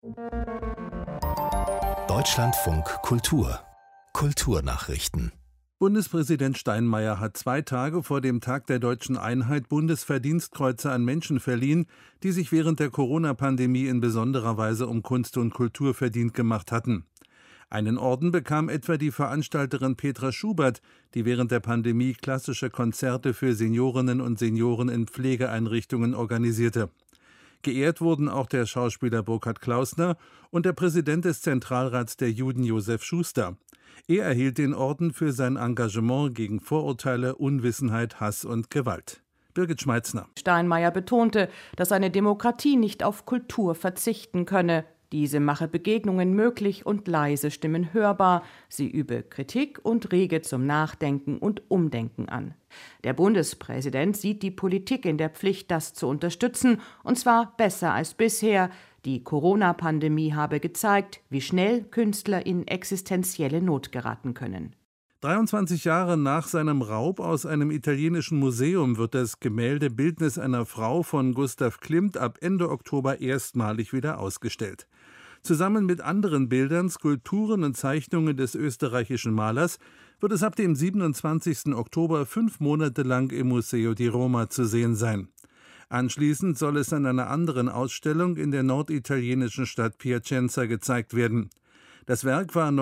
Deutschlandfunk Kultur Kulturnachrichten. Bundespräsident Steinmeier hat 2 Tage vor dem Tag der Deutschen Einheit Bundesverdienstkreuze an Menschen verliehen, die sich während der Corona-Pandemie in besonderer Weise um Kunst und Kultur verdient gemacht hatten. Einen Orden bekam etwa die Veranstalterin Petra Schubert, die während der Pandemie klassische Konzerte für Seniorinnen und Senioren in Pflegeeinrichtungen organisierte. Geehrt wurden auch der Schauspieler Burkhard Klausner und der Präsident des Zentralrats der Juden Josef Schuster. Er erhielt den Orden für sein Engagement gegen Vorurteile, Unwissenheit, Hass und Gewalt. Birgit Schmeitzner. Steinmeier betonte, dass eine Demokratie nicht auf Kultur verzichten könne. Diese mache Begegnungen möglich und leise Stimmen hörbar. Sie übe Kritik und rege zum Nachdenken und Umdenken an. Der Bundespräsident sieht die Politik in der Pflicht, das zu unterstützen, und zwar besser als bisher. Die Corona-Pandemie habe gezeigt, wie schnell Künstler in existenzielle Not geraten können. 23 Jahre nach seinem Raub aus einem italienischen Museum wird das Gemälde Bildnis einer Frau von Gustav Klimt ab Ende Oktober erstmalig wieder ausgestellt. Zusammen mit anderen Bildern, Skulpturen und Zeichnungen des österreichischen Malers wird es ab dem 27. Oktober 5 Monate lang im Museo di Roma zu sehen sein. Anschließend soll es an einer anderen Ausstellung in der norditalienischen Stadt Piacenza gezeigt werden. Das Werk war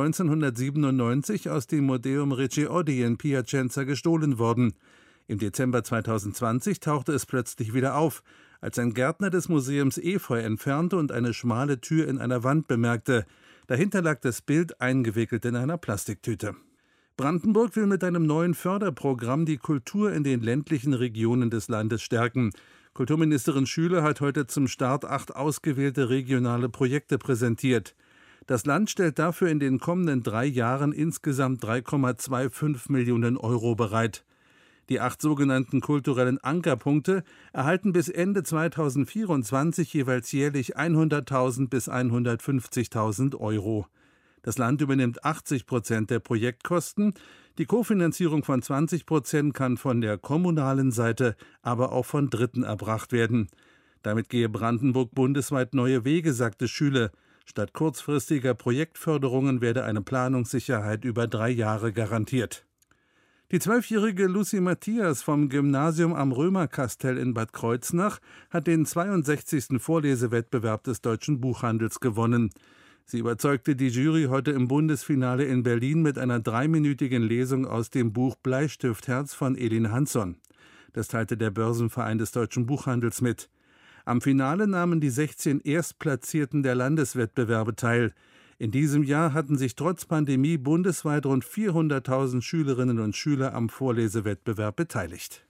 1997 aus dem Museum Recciodi in Piacenza gestohlen worden. Im Dezember 2020 tauchte es plötzlich wieder auf, als ein Gärtner des Museums Efeu entfernte und eine schmale Tür in einer Wand bemerkte. Dahinter lag das Bild eingewickelt in einer Plastiktüte. Brandenburg will mit einem neuen Förderprogramm die Kultur in den ländlichen Regionen des Landes stärken. Kulturministerin Schüle hat heute zum Start 8 ausgewählte regionale Projekte präsentiert. Das Land stellt dafür in den kommenden 3 Jahren insgesamt 3,25 Millionen Euro bereit. Die 8 sogenannten kulturellen Ankerpunkte erhalten bis Ende 2024 jeweils jährlich 100.000 bis 150.000 Euro. Das Land übernimmt 80% der Projektkosten. Die Kofinanzierung von 20% kann von der kommunalen Seite, aber auch von Dritten erbracht werden. Damit gehe Brandenburg bundesweit neue Wege, sagte Schüle. Statt kurzfristiger Projektförderungen werde eine Planungssicherheit über 3 Jahre garantiert. Die 12-jährige Lucy Matthias vom Gymnasium am Römerkastell in Bad Kreuznach hat den 62. Vorlesewettbewerb des Deutschen Buchhandels gewonnen. Sie überzeugte die Jury heute im Bundesfinale in Berlin mit einer 3-minütigen Lesung aus dem Buch Bleistiftherz von Elin Hansson. Das teilte der Börsenverein des Deutschen Buchhandels mit. Am Finale nahmen die 16 Erstplatzierten der Landeswettbewerbe teil. In diesem Jahr hatten sich trotz Pandemie bundesweit rund 400.000 Schülerinnen und Schüler am Vorlesewettbewerb beteiligt.